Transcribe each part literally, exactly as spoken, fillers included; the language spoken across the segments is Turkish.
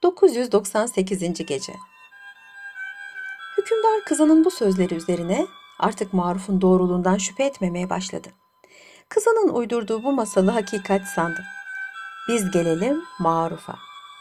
dokuz yüz doksan sekizinci. Gece. Hükümdar kızının bu sözleri üzerine artık Maruf'un doğruluğundan şüphe etmemeye başladı. Kızının uydurduğu bu masalı hakikat sandı. Biz gelelim Maruf'a.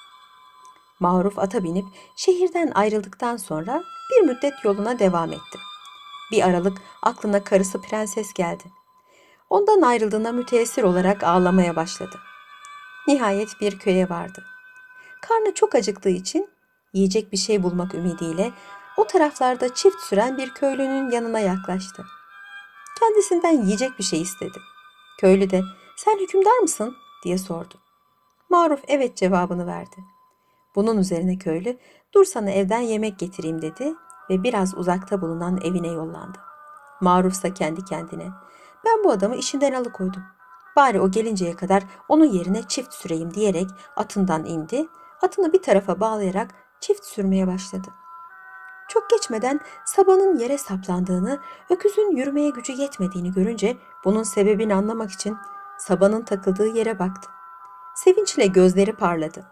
Maruf ata binip şehirden ayrıldıktan sonra bir müddet yoluna devam etti. Bir aralık aklına karısı prenses geldi. Ondan ayrıldığına müteessir olarak ağlamaya başladı. Nihayet bir köye vardı. Karnı çok acıktığı için yiyecek bir şey bulmak ümidiyle o taraflarda çift süren bir köylünün yanına yaklaştı. Kendisinden yiyecek bir şey istedi. Köylü de "Sen hükümdar mısın?" diye sordu. Maruf evet cevabını verdi. Bunun üzerine köylü "Dur sana evden yemek getireyim" dedi ve biraz uzakta bulunan evine yollandı. Maruf ise kendi kendine "Ben bu adamı işinden alıkoydum. Bari o gelinceye kadar onun yerine çift süreyim" diyerek atından indi, atını bir tarafa bağlayarak çift sürmeye başladı. Çok geçmeden sabanın yere saplandığını, öküzün yürümeye gücü yetmediğini görünce bunun sebebini anlamak için sabanın takıldığı yere baktı. Sevinçle gözleri parladı.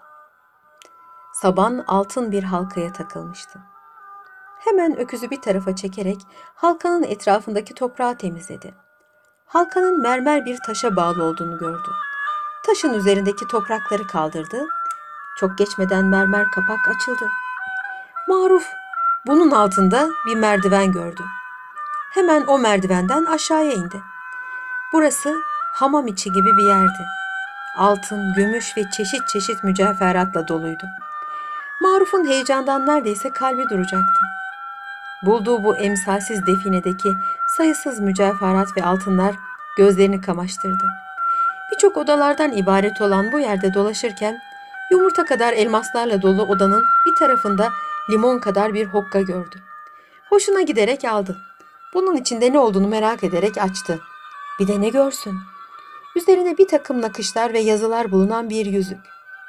Saban altın bir halkaya takılmıştı. Hemen öküzü bir tarafa çekerek halkanın etrafındaki toprağı temizledi. Halkanın mermer bir taşa bağlı olduğunu gördü. Taşın üzerindeki toprakları kaldırdı. Çok geçmeden mermer kapak açıldı. Maruf bunun altında bir merdiven gördü. Hemen o merdivenden aşağıya indi. Burası hamam içi gibi bir yerdi. Altın, gümüş ve çeşit çeşit mücevheratla doluydu. Maruf'un heyecandan neredeyse kalbi duracaktı. Bulduğu bu emsalsiz definedeki sayısız mücevherat ve altınlar gözlerini kamaştırdı. Birçok odalardan ibaret olan bu yerde dolaşırken yumurta kadar elmaslarla dolu odanın bir tarafında limon kadar bir hokka gördü. Hoşuna giderek aldı. Bunun içinde ne olduğunu merak ederek açtı. Bir de ne görsün? Üzerine bir takım nakışlar ve yazılar bulunan bir yüzük.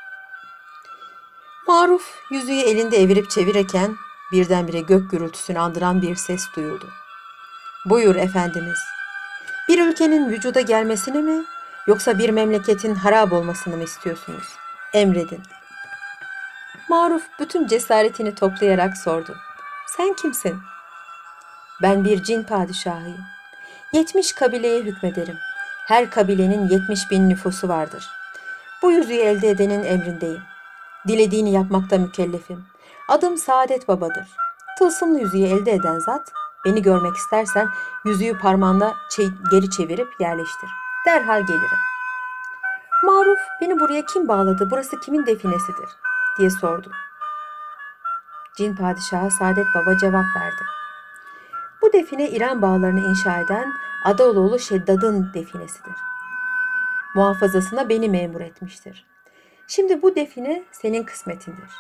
Maruf yüzüğü elinde evirip çevirirken birdenbire gök gürültüsünü andıran bir ses duyuldu. "Buyur efendimiz. Bir ülkenin vücuda gelmesini mi yoksa bir memleketin harap olmasını mı istiyorsunuz? Emredin." Maruf bütün cesaretini toplayarak sordu. "Sen kimsin?" "Ben bir cin padişahıyım. Yetmiş kabileye hükmederim. Her kabilenin yetmiş bin nüfusu vardır. Bu yüzüğü elde edenin emrindeyim. Dilediğini yapmakta mükellefim. Adım Saadet Baba'dır. Tılsımlı yüzüğü elde eden zat, beni görmek istersen yüzüğü parmağında çe- geri çevirip yerleştir. Derhal gelirim." Maruf, "Beni buraya kim bağladı, burası kimin definesidir?" diye sordu. Cin padişahı Saadet Baba cevap verdi. "Bu define İran bağlarını inşa eden Adalıoğlu Şeddad'ın definesidir. Muhafazasına beni memur etmiştir. Şimdi bu define senin kısmetindir."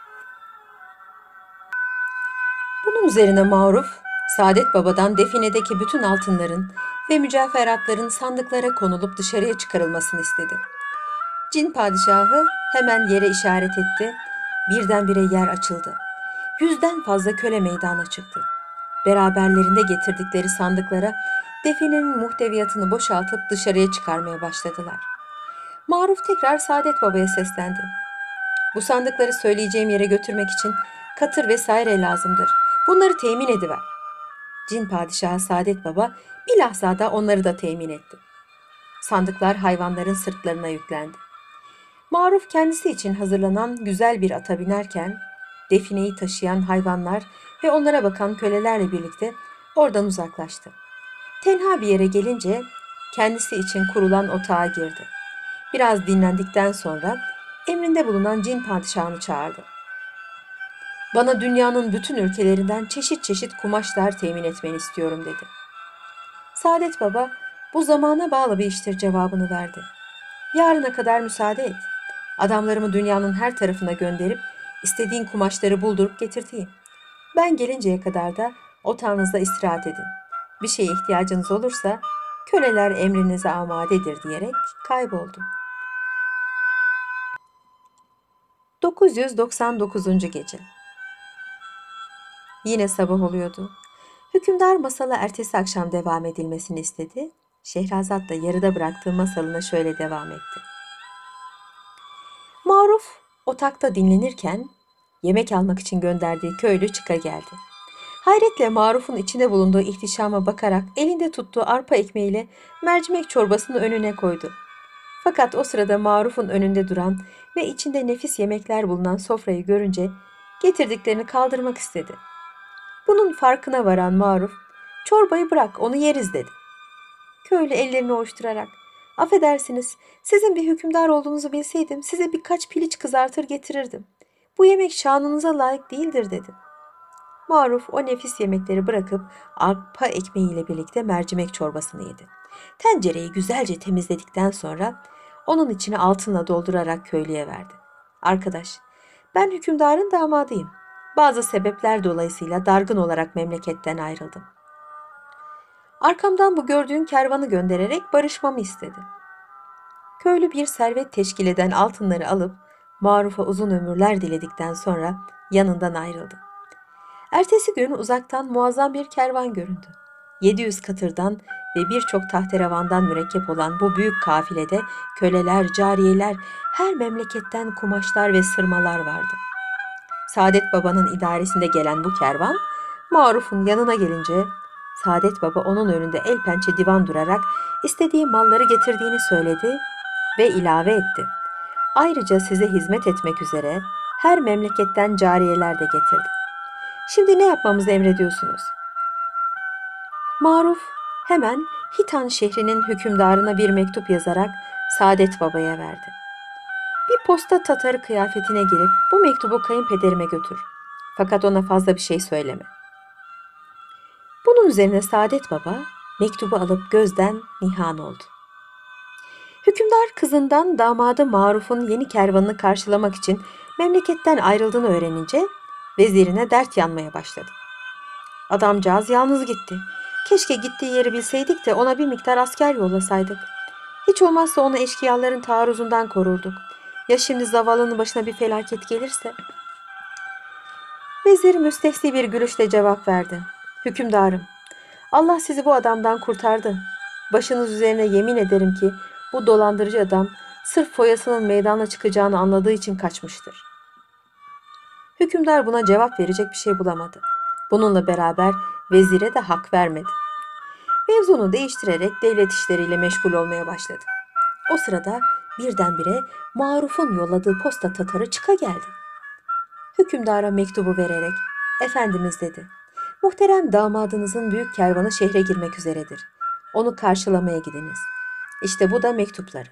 Bunun üzerine Maruf, Saadet Baba'dan definedeki bütün altınların ve mücevheratların sandıklara konulup dışarıya çıkarılmasını istedi. Cin padişahı hemen yere işaret etti. Birdenbire yer açıldı. Yüzden fazla köle meydana çıktı. Beraberlerinde getirdikleri sandıklara definenin muhteviyatını boşaltıp dışarıya çıkarmaya başladılar. Maruf tekrar Saadet Baba'ya seslendi. "Bu sandıkları söyleyeceğim yere götürmek için katır vesaire lazımdır. Bunları temin ediver." Cin padişahı Saadet Baba bir lahzada onları da temin etti. Sandıklar hayvanların sırtlarına yüklendi. Maruf kendisi için hazırlanan güzel bir ata binerken defineyi taşıyan hayvanlar ve onlara bakan kölelerle birlikte oradan uzaklaştı. Tenha bir yere gelince kendisi için kurulan otağa girdi. Biraz dinlendikten sonra emrinde bulunan cin padişahını çağırdı. "Bana dünyanın bütün ülkelerinden çeşit çeşit kumaşlar temin etmeni istiyorum" dedi. Saadet Baba, "Bu zamana bağlı bir iştir" cevabını verdi. "Yarına kadar müsaade et. Adamlarımı dünyanın her tarafına gönderip istediğin kumaşları buldurup getirteyim. Ben gelinceye kadar da otağınızda istirahat edin. Bir şeye ihtiyacınız olursa köleler emrinize amadedir" diyerek kayboldu. dokuz yüz doksan dokuzuncu. Gece. Yine sabah oluyordu. Hükümdar masala ertesi akşam devam edilmesini istedi. Şehrazat da yarıda bıraktığı masalına şöyle devam etti. Maruf Otakta dinlenirken yemek almak için gönderdiği köylü çıka geldi. Hayretle Maruf'un içinde bulunduğu ihtişama bakarak elinde tuttuğu arpa ekmeğiyle mercimek çorbasını önüne koydu. Fakat o sırada Maruf'un önünde duran ve içinde nefis yemekler bulunan sofrayı görünce getirdiklerini kaldırmak istedi. Bunun farkına varan Maruf, "Çorbayı bırak, onu yeriz," dedi. Köylü ellerini ovuşturarak, "Affedersiniz, sizin bir hükümdar olduğunuzu bilseydim size birkaç piliç kızartır getirirdim. Bu yemek şanınıza layık değildir," dedi. Maruf o nefis yemekleri bırakıp arpa ekmeğiyle birlikte mercimek çorbasını yedi. Tencereyi güzelce temizledikten sonra onun içine altınla doldurarak köylüye verdi. "Arkadaş, ben hükümdarın damadıyım. Bazı sebepler dolayısıyla dargın olarak memleketten ayrıldım. Arkamdan bu gördüğün kervanı göndererek barışmamı istedi." Köylü bir servet teşkil eden altınları alıp Maruf'a uzun ömürler diledikten sonra yanından ayrıldı. Ertesi gün uzaktan muazzam bir kervan göründü. yedi yüz katırdan ve birçok tahterevandan mürekkep olan bu büyük kafilede köleler, cariyeler, her memleketten kumaşlar ve sırmalar vardı. Saadet Baba'nın idaresinde gelen bu kervan, Maruf'un yanına gelince Saadet Baba onun önünde el pençe divan durarak istediği malları getirdiğini söyledi ve ilave etti: "Ayrıca size hizmet etmek üzere her memleketten cariyeler de getirdi. Şimdi ne yapmamızı emrediyorsunuz?" Maruf hemen Hitan şehrinin hükümdarına bir mektup yazarak Saadet Baba'ya verdi. "Bir posta Tatarı kıyafetine girip bu mektubu kayınpederime götür. Fakat ona fazla bir şey söyleme." Bunun üzerine Saadet Baba mektubu alıp gözden nihan oldu. Hükümdar kızından damadı Maruf'un yeni kervanını karşılamak için memleketten ayrıldığını öğrenince vezirine dert yanmaya başladı. "Adamcağız yalnız gitti. Keşke gittiği yeri bilseydik de ona bir miktar asker yollasaydık. Hiç olmazsa onu eşkıyaların taarruzundan korurduk. Ya şimdi zavallının başına bir felaket gelirse?" Vezir müstehsi bir gülüşle cevap verdi. "Hükümdarım, Allah sizi bu adamdan kurtardı. Başınız üzerine yemin ederim ki bu dolandırıcı adam sırf foyasının meydana çıkacağını anladığı için kaçmıştır." Hükümdar buna cevap verecek bir şey bulamadı. Bununla beraber vezire de hak vermedi. Mevzunu değiştirerek devlet işleriyle meşgul olmaya başladı. O sırada birdenbire Maruf'un yolladığı posta Tatarı çıka geldi. Hükümdara mektubu vererek, "Efendimiz," dedi, "muhterem damadınızın büyük kervanı şehre girmek üzeredir. Onu karşılamaya gidiniz. İşte bu da mektupları."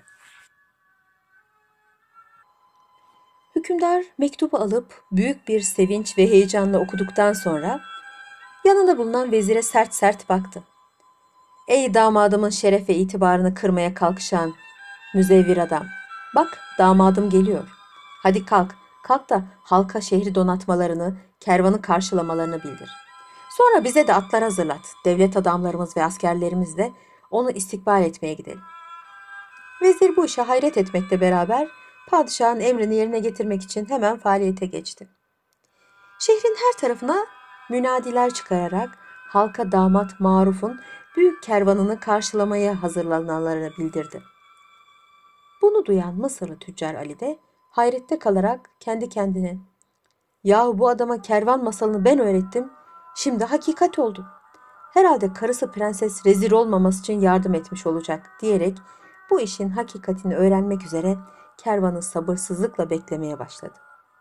Hükümdar mektubu alıp büyük bir sevinç ve heyecanla okuduktan sonra yanında bulunan vezire sert sert baktı. "Ey damadımın şeref ve itibarını kırmaya kalkışan müzevvir adam! Bak, damadım geliyor. Hadi kalk, kalk da halka şehri donatmalarını, kervanı karşılamalarını bildir. Sonra bize de atlar hazırlat. Devlet adamlarımız ve askerlerimizle onu istikbal etmeye gidelim." Vezir bu işe hayret etmekle beraber padişahın emrini yerine getirmek için hemen faaliyete geçti. Şehrin her tarafına münadiler çıkararak halka damat Maruf'un büyük kervanını karşılamaya hazırlananlarını bildirdi. Bunu duyan Mısırlı tüccar Ali de hayrette kalarak kendi kendine, "Yahu bu adama kervan masalını ben öğrettim, şimdi hakikat oldu. Herhalde karısı prenses rezil olmaması için yardım etmiş olacak," diyerek bu işin hakikatini öğrenmek üzere kervanı sabırsızlıkla beklemeye başladı.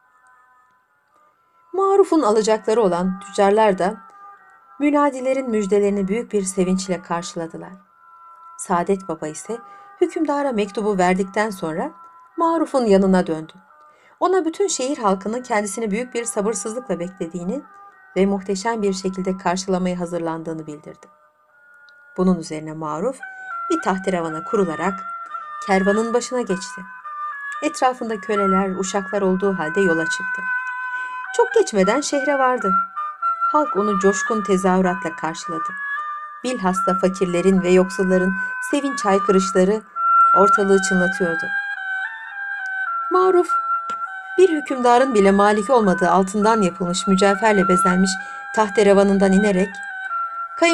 Maruf'un alacakları olan tüccarlar da münadilerin müjdelerini büyük bir sevinçle karşıladılar. Saadet Baba ise hükümdara mektubu verdikten sonra Maruf'un yanına döndü. Ona bütün şehir halkının kendisini büyük bir sabırsızlıkla beklediğini ve muhteşem bir şekilde karşılamaya hazırlandığını bildirdi. Bunun üzerine Maruf bir tahteravana kurularak kervanın başına geçti. Etrafında köleler, uşaklar olduğu halde yola çıktı. Çok geçmeden şehre vardı. Halk onu coşkun tezahüratla karşıladı. Bilhassa fakirlerin ve yoksulların sevinç haykırışları ortalığı çınlatıyordu. Maruf, bir hükümdarın bile malik olmadığı altından yapılmış mücevherle bezenmiş tahterevanından inerek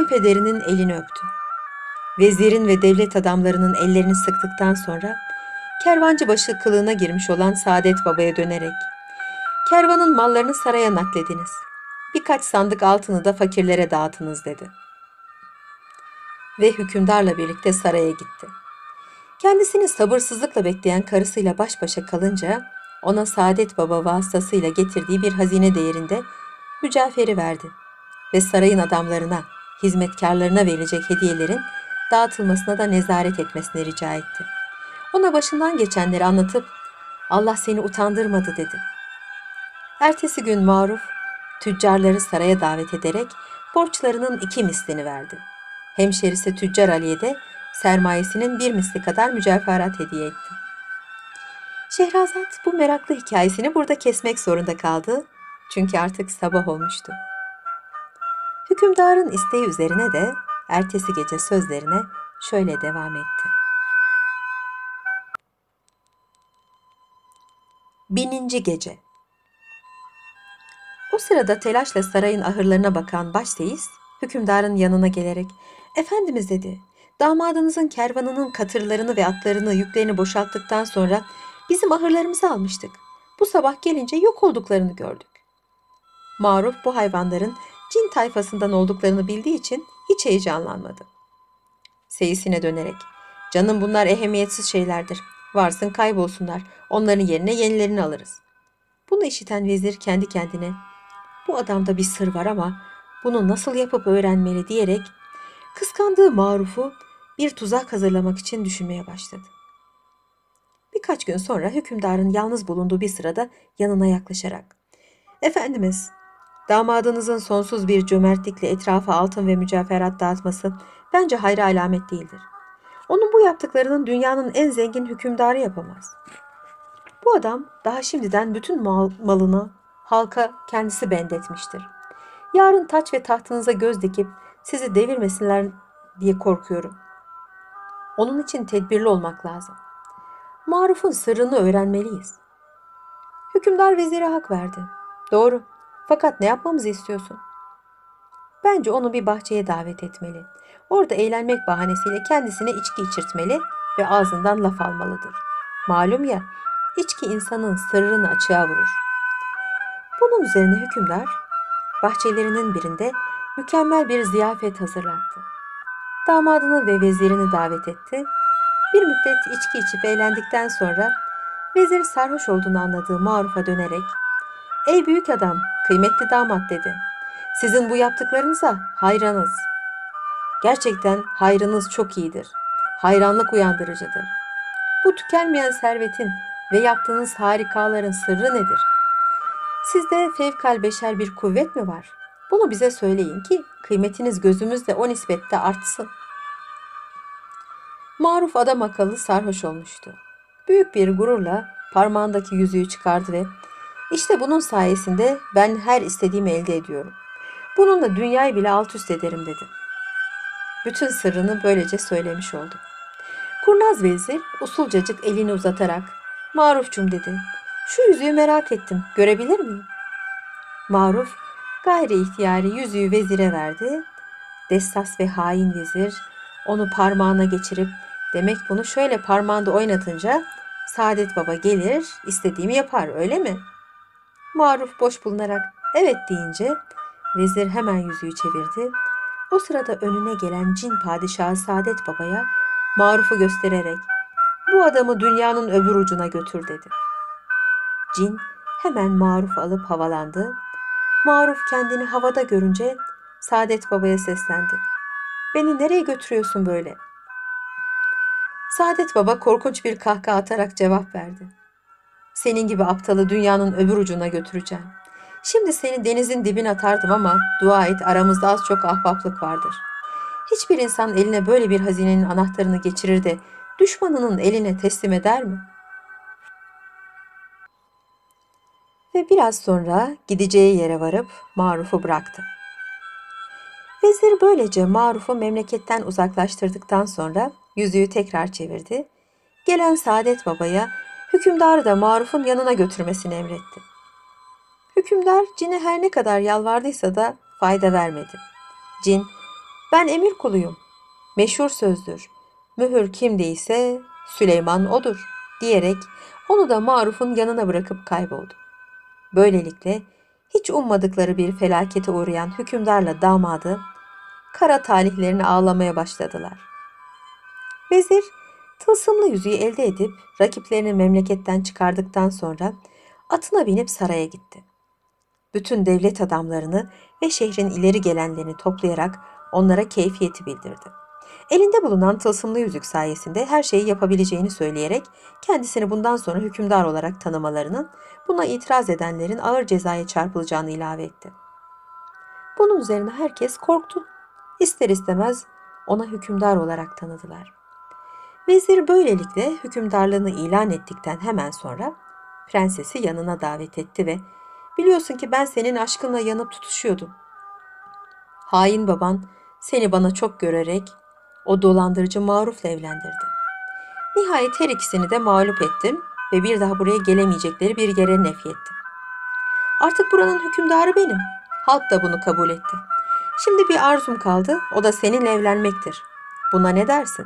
kayınpederinin elini öptü. Vezirin ve devlet adamlarının ellerini sıktıktan sonra Kervancıbaşı kılığına girmiş olan Saadet Baba'ya dönerek, "Kervanın mallarını saraya naklediniz. Birkaç sandık altını da fakirlere dağıtınız," dedi. Ve hükümdarla birlikte saraya gitti. Kendisini sabırsızlıkla bekleyen karısıyla baş başa kalınca ona Saadet Baba vasıtasıyla getirdiği bir hazine değerinde mücevheri verdi ve sarayın adamlarına, hizmetkarlarına verilecek hediyelerin dağıtılmasına da nezaret etmesini rica etti. Ona başından geçenleri anlatıp "Allah seni utandırmadı," dedi. Ertesi gün Maruf tüccarları saraya davet ederek borçlarının iki mislini verdi. Hemşerisi Tüccar Ali'ye de sermayesinin bir misli kadar mücevherat hediye etti. Şehrazat bu meraklı hikayesini burada kesmek zorunda kaldı. Çünkü artık sabah olmuştu. Hükümdarın isteği üzerine de ertesi gece sözlerine şöyle devam etti. Bininci Gece. O sırada telaşla sarayın ahırlarına bakan başseyis, hükümdarın yanına gelerek, "Efendimiz," dedi, "damadınızın kervanının katırlarını ve atlarını, yüklerini boşalttıktan sonra bizim ahırlarımızı almıştık. Bu sabah gelince yok olduklarını gördük." Maruf bu hayvanların cin tayfasından olduklarını bildiği için hiç heyecanlanmadı. Seyisine dönerek, "Canım, bunlar ehemmiyetsiz şeylerdir. Varsın kaybolsunlar. Onların yerine yenilerini alırız." Bunu işiten vezir kendi kendine, "Bu adamda bir sır var ama bunu nasıl yapıp öğrenmeli," diyerek kıskandığı Maruf'u bir tuzak hazırlamak için düşünmeye başladı. Birkaç gün sonra hükümdarın yalnız bulunduğu bir sırada yanına yaklaşarak, "Efendimiz, damadınızın sonsuz bir cömertlikle etrafa altın ve mücevherat dağıtması bence hayra alamet değildir. Onun bu yaptıklarının dünyanın en zengin hükümdarı yapamaz. Bu adam daha şimdiden bütün mal, malını halka kendisi bendetmiştir. Yarın taç ve tahtınıza göz dikip sizi devirmesinler diye korkuyorum. Onun için tedbirli olmak lazım. Maruf'un sırrını öğrenmeliyiz." Hükümdar vezire hak verdi. "Doğru. Fakat ne yapmamızı istiyorsun?" "Bence onu bir bahçeye davet etmeli. Orada eğlenmek bahanesiyle kendisine içki içirtmeli ve ağzından laf almalıdır. Malum ya, içki insanın sırrını açığa vurur." Bunun üzerine hükümdar bahçelerinin birinde mükemmel bir ziyafet hazırlattı. Damadını ve vezirini davet etti. Bir müddet içki içip eğlendikten sonra vezir sarhoş olduğunu anladığı Maruf'a dönerek, "Ey büyük adam, kıymetli damat," dedi, "sizin bu yaptıklarınıza hayranız. Gerçekten hayrınız çok iyidir. Hayranlık uyandırıcıdır. Bu tükenmeyen servetin ve yaptığınız harikaların sırrı nedir? Sizde fevkalbeşer bir kuvvet mi var? Bunu bize söyleyin ki kıymetiniz gözümüzde o nispette artsın." Maruf adam akıllı sarhoş olmuştu. Büyük bir gururla parmağındaki yüzüğü çıkardı ve "İşte bunun sayesinde ben her istediğimi elde ediyorum. Bununla dünyayı bile alt üst ederim," dedi. Bütün sırrını böylece söylemiş oldu. Kurnaz vezir usulcacık elini uzatarak, "Marufcum," dedi, "şu yüzüğü merak ettim. Görebilir miyim?" Maruf gayri ihtiyari yüzüğü vezire verdi. Dessas ve hain vezir onu parmağına geçirip, "Demek bunu şöyle parmağında oynatınca Saadet Baba gelir, istediğimi yapar, öyle mi?" Maruf boş bulunarak "Evet," deyince vezir hemen yüzüğü çevirdi. O sırada önüne gelen cin padişahı Saadet Baba'ya Maruf'u göstererek, "Bu adamı dünyanın öbür ucuna götür," dedi. Cin hemen Maruf'u alıp havalandı. Maruf kendini havada görünce Saadet Baba'ya seslendi. "Beni nereye götürüyorsun böyle?" Saadet Baba korkunç bir kahkaha atarak cevap verdi. "Senin gibi aptalı dünyanın öbür ucuna götüreceğim. Şimdi seni denizin dibine atardım ama dua et, aramızda az çok ahbaplık vardır. Hiçbir insan eline böyle bir hazinenin anahtarını geçirir de düşmanının eline teslim eder mi?" Ve biraz sonra gideceği yere varıp Maruf'u bıraktı. Vezir böylece Maruf'u memleketten uzaklaştırdıktan sonra yüzüğü tekrar çevirdi. Gelen Saadet Baba'ya hükümdarı da Maruf'un yanına götürmesini emretti. Hükümdar cine her ne kadar yalvardıysa da fayda vermedi. Cin, "Ben emir kuluyum. Meşhur sözdür. Mühür kimdeyse Süleyman odur." diyerek onu da Maruf'un yanına bırakıp kayboldu. Böylelikle hiç ummadıkları bir felakete uğrayan hükümdarla damadı kara talihlerini ağlamaya başladılar. Vezir tılsımlı yüzüğü elde edip rakiplerini memleketten çıkardıktan sonra atına binip saraya gitti. Bütün devlet adamlarını ve şehrin ileri gelenlerini toplayarak onlara keyfiyeti bildirdi. Elinde bulunan tılsımlı yüzük sayesinde her şeyi yapabileceğini söyleyerek kendisini bundan sonra hükümdar olarak tanımalarını, buna itiraz edenlerin ağır cezaya çarpılacağını ilave etti. Bunun üzerine herkes korktu. İster istemez ona hükümdar olarak tanıdılar. Vezir böylelikle hükümdarlığını ilan ettikten hemen sonra prensesi yanına davet etti ve "Biliyorsun ki ben senin aşkınla yanıp tutuşuyordum. Hain baban seni bana çok görerek o dolandırıcı Maruf'la evlendirdi. Nihayet her ikisini de mağlup ettim ve bir daha buraya gelemeyecekleri bir yere nefyettim. Artık buranın hükümdarı benim. Halk da bunu kabul etti. Şimdi bir arzum kaldı, o da seninle evlenmektir. Buna ne dersin?"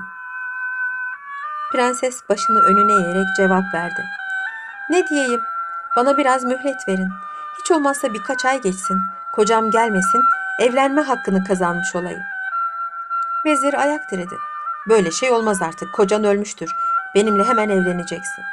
Prenses başını önüne eğerek cevap verdi. "Ne diyeyim? Bana biraz mühlet verin. Hiç olmazsa birkaç ay geçsin. Kocam gelmesin, evlenme hakkını kazanmış olayım." Vezir ayak diredi. "Böyle şey olmaz artık. Kocan ölmüştür. Benimle hemen evleneceksin."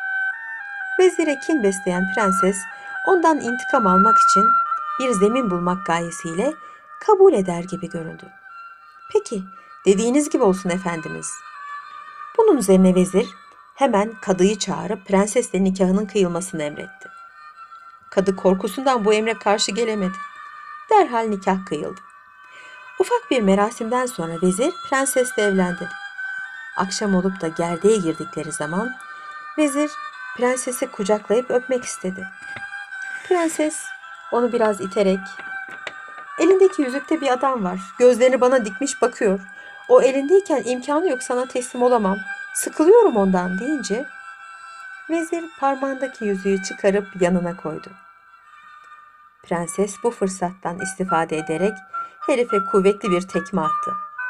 Vezire kin besleyen prenses ondan intikam almak için bir zemin bulmak gayesiyle kabul eder gibi göründü. "Peki, dediğiniz gibi olsun efendimiz." Bunun üzerine vezir hemen kadıyı çağırıp prensesle nikahının kıyılmasını emretti. Kadı korkusundan bu emre karşı gelemedi. Derhal nikah kıyıldı. Ufak bir merasimden sonra vezir prensesle evlendi. Akşam olup da gerdeğe girdikleri zaman vezir prensesi kucaklayıp öpmek istedi. Prenses onu biraz iterek "Elindeki yüzükte bir adam var. Gözlerini bana dikmiş bakıyor. O elindeyken imkanı yok, sana teslim olamam. Sıkılıyorum ondan," deyince vezir parmağındaki yüzüğü çıkarıp yanına koydu. Prenses bu fırsattan istifade ederek herife kuvvetli bir tekme attı.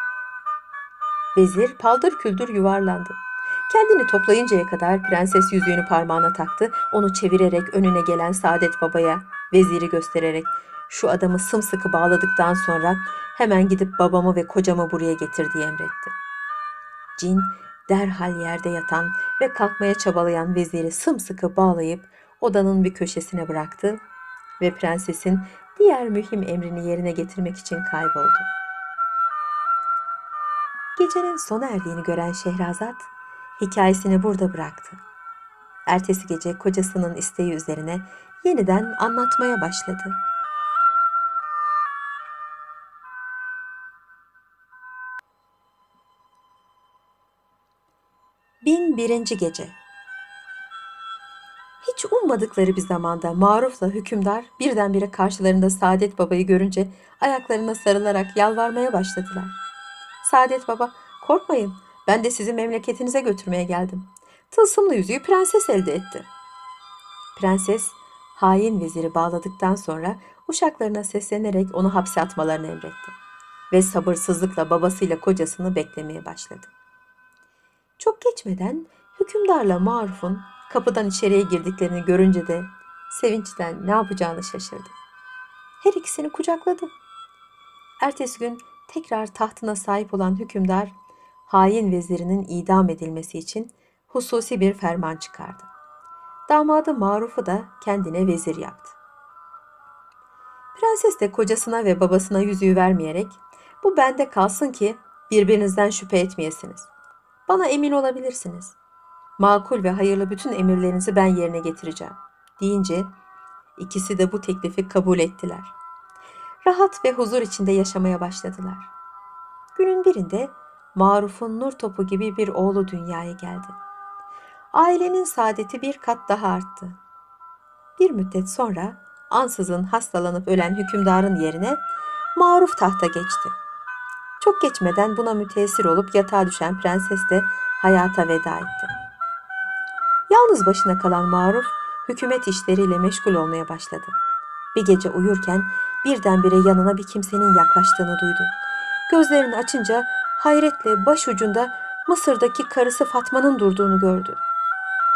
Vezir paldır küldür yuvarlandı. Kendini toplayıncaya kadar prenses yüzüğünü parmağına taktı. Onu çevirerek önüne gelen Saadet Baba'ya veziri göstererek "Şu adamı sımsıkı bağladıktan sonra hemen gidip babamı ve kocamı buraya getir," diye emretti. Cin derhal yerde yatan ve kalkmaya çabalayan veziri sımsıkı bağlayıp odanın bir köşesine bıraktı ve prensesin diğer mühim emrini yerine getirmek için kayboldu. Gecenin sona erdiğini gören Şehrazat hikayesini burada bıraktı. Ertesi gece kocasının isteği üzerine yeniden anlatmaya başladı. Bin birinci Gece. Hiç ummadıkları bir zamanda Maruf'la hükümdar birdenbire karşılarında Saadet Baba'yı görünce ayaklarına sarılarak yalvarmaya başladılar. Saadet Baba, "Korkmayın, ben de sizi memleketinize götürmeye geldim. Tılsımlı yüzüğü prenses elde etti." Prenses, hain veziri bağladıktan sonra uşaklarına seslenerek onu hapse atmalarını emretti ve sabırsızlıkla babasıyla kocasını beklemeye başladı. Çok geçmeden hükümdarla Maruf'un kapıdan içeriye girdiklerini görünce de sevinçten ne yapacağını şaşırdı. Her ikisini kucakladı. Ertesi gün tekrar tahtına sahip olan hükümdar, hain vezirinin idam edilmesi için hususi bir ferman çıkardı. Damadı Maruf'u da kendine vezir yaptı. Prenses de kocasına ve babasına yüzüğü vermeyerek, "Bu bende kalsın ki birbirinizden şüphe etmeyesiniz. Bana emin olabilirsiniz. Makul ve hayırlı bütün emirlerinizi ben yerine getireceğim," deyince ikisi de bu teklifi kabul ettiler. Rahat ve huzur içinde yaşamaya başladılar. Günün birinde Maruf'un nur topu gibi bir oğlu dünyaya geldi. Ailenin saadeti bir kat daha arttı. Bir müddet sonra ansızın hastalanıp ölen hükümdarın yerine Maruf tahta geçti. Çok geçmeden buna müteessir olup yatağa düşen prenses de hayata veda etti. Yalnız başına kalan Maruf, hükümet işleriyle meşgul olmaya başladı. Bir gece uyurken birdenbire yanına bir kimsenin yaklaştığını duydu. Gözlerini açınca hayretle başucunda Mısır'daki karısı Fatma'nın durduğunu gördü.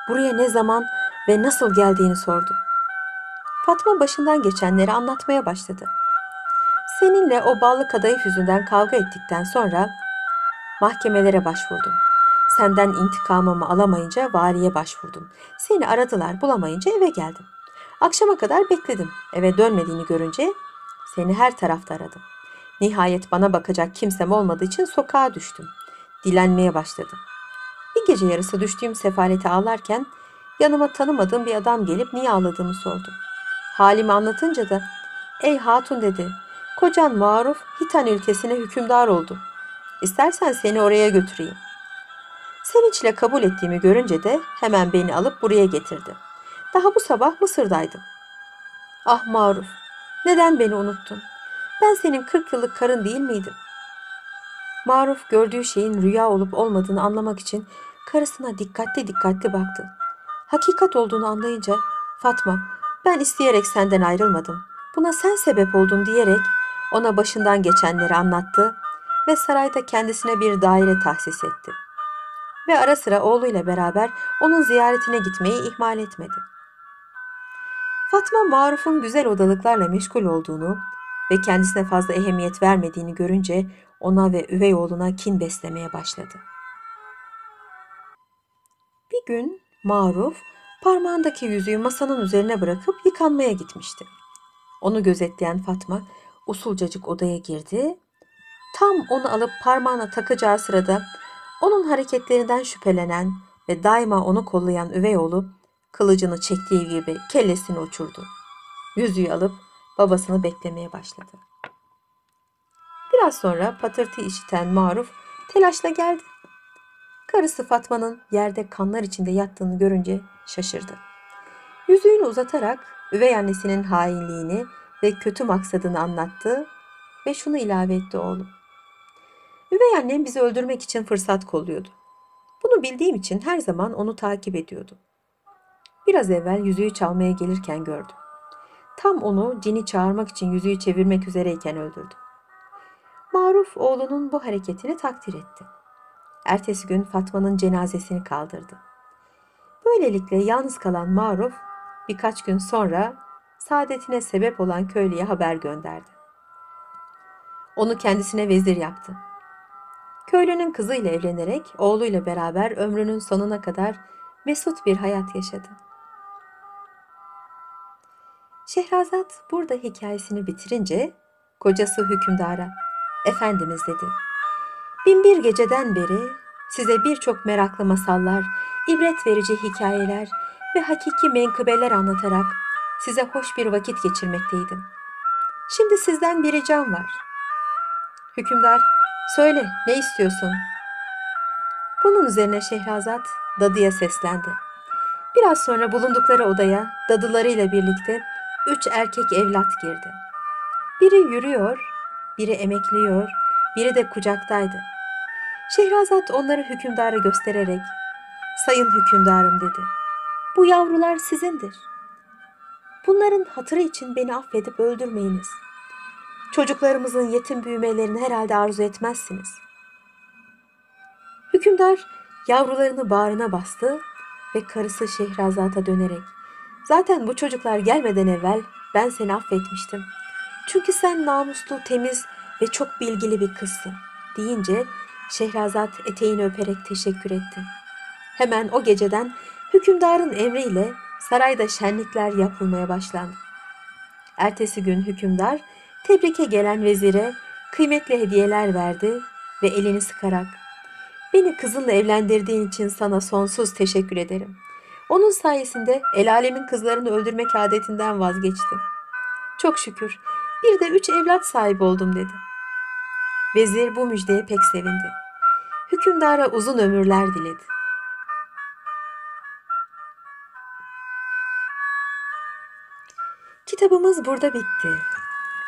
buraya ne zaman ve nasıl geldiğini sordu. Fatma başından geçenleri anlatmaya başladı. Seninle o ballı kadayıf yüzünden kavga ettikten sonra mahkemelere başvurdum. Senden intikamımı alamayınca valiye başvurdum. Seni aradılar, bulamayınca eve geldim. Akşama kadar bekledim. Eve dönmediğini görünce seni her tarafta aradım. Nihayet bana bakacak kimsem olmadığı için sokağa düştüm. Dilenmeye başladım. Bir gece yarısı düştüğüm sefalete ağlarken yanıma tanımadığım bir adam gelip niye ağladığımı sordu. Halimi anlatınca da ''Ey hatun'' dedi. ''Kocan Maruf Hitan ülkesine hükümdar oldu. İstersen seni oraya götüreyim.'' Sevinçle kabul ettiğimi görünce de hemen beni alıp buraya getirdi. Daha bu sabah Mısır'daydım. ''Ah Maruf, neden beni unuttun? Ben senin kırk yıllık karın değil miydim?'' Maruf gördüğü şeyin rüya olup olmadığını anlamak için karısına dikkatli dikkatli baktı. Hakikat olduğunu anlayınca ''Fatma, ben isteyerek senden ayrılmadım. Buna sen sebep oldun.'' diyerek ona başından geçenleri anlattı ve sarayda kendisine bir daire tahsis etti. Ve ara sıra oğluyla beraber onun ziyaretine gitmeyi ihmal etmedi. Fatma Maruf'un güzel odalıklarla meşgul olduğunu ve kendisine fazla ehemmiyet vermediğini görünce ona ve üvey oğluna kin beslemeye başladı. Bir gün Maruf parmağındaki yüzüğü masanın üzerine bırakıp yıkanmaya gitmişti. Onu gözetleyen Fatma usulcacık odaya girdi. Tam onu alıp parmağına takacağı sırada onun hareketlerinden şüphelenen ve daima onu kollayan üvey oğlu kılıcını çektiği gibi kellesini uçurdu. Yüzüğü alıp babasını beklemeye başladı. Biraz sonra patırtı işiten Maruf telaşla geldi. Karısı Fatma'nın yerde kanlar içinde yattığını görünce şaşırdı. Yüzüğünü uzatarak üvey annesinin hainliğini ve kötü maksadını anlattı ve şunu ilave etti oğlum. Üvey annem bizi öldürmek için fırsat kolluyordu. Bunu bildiğim için her zaman onu takip ediyordum. Biraz evvel yüzüğü çalmaya gelirken gördüm. Tam onu cini çağırmak için yüzüğü çevirmek üzereyken öldürdüm. Maruf oğlunun bu hareketini takdir etti. Ertesi gün Fatma'nın cenazesini kaldırdı. Böylelikle yalnız kalan Maruf birkaç gün sonra saadetine sebep olan köylüye haber gönderdi. Onu kendisine vezir yaptı. Köylünün kızıyla evlenerek oğluyla beraber ömrünün sonuna kadar mesut bir hayat yaşadı. Şehrazat burada hikayesini bitirince kocası hükümdara "Efendimiz" dedi. Bin bir geceden beri size birçok meraklı masallar, ibret verici hikayeler ve hakiki menkıbeler anlatarak size hoş bir vakit geçirmekteydim. Şimdi sizden bir ricam var. Hükümdar, söyle ne istiyorsun? Bunun üzerine Şehrazat dadıya seslendi. Biraz sonra bulundukları odaya dadılarıyla birlikte üç erkek evlat girdi. Biri yürüyor, biri emekliyor, biri de kucaktaydı. Şehrazat onları hükümdara göstererek, "Sayın hükümdarım" dedi. "Bu yavrular sizindir. Bunların hatırı için beni affedip öldürmeyiniz. Çocuklarımızın yetim büyümelerini herhalde arzu etmezsiniz." Hükümdar yavrularını bağrına bastı ve karısı Şehrazat'a dönerek, "Zaten bu çocuklar gelmeden evvel ben seni affetmiştim. Çünkü sen namuslu, temiz ve çok bilgili bir kızsın." deyince Şehrazat eteğini öperek teşekkür etti. Hemen o geceden hükümdarın emriyle sarayda şenlikler yapılmaya başlandı. Ertesi gün hükümdar tebrike gelen vezire kıymetli hediyeler verdi ve elini sıkarak, "Beni kızınla evlendirdiğin için sana sonsuz teşekkür ederim. Onun sayesinde el alemin kızlarını öldürmek adetinden vazgeçtim. Çok şükür bir de üç evlat sahibi oldum" dedi. Vezir bu müjdeye pek sevindi. Hükümdara uzun ömürler diledi. Kitabımız burada bitti.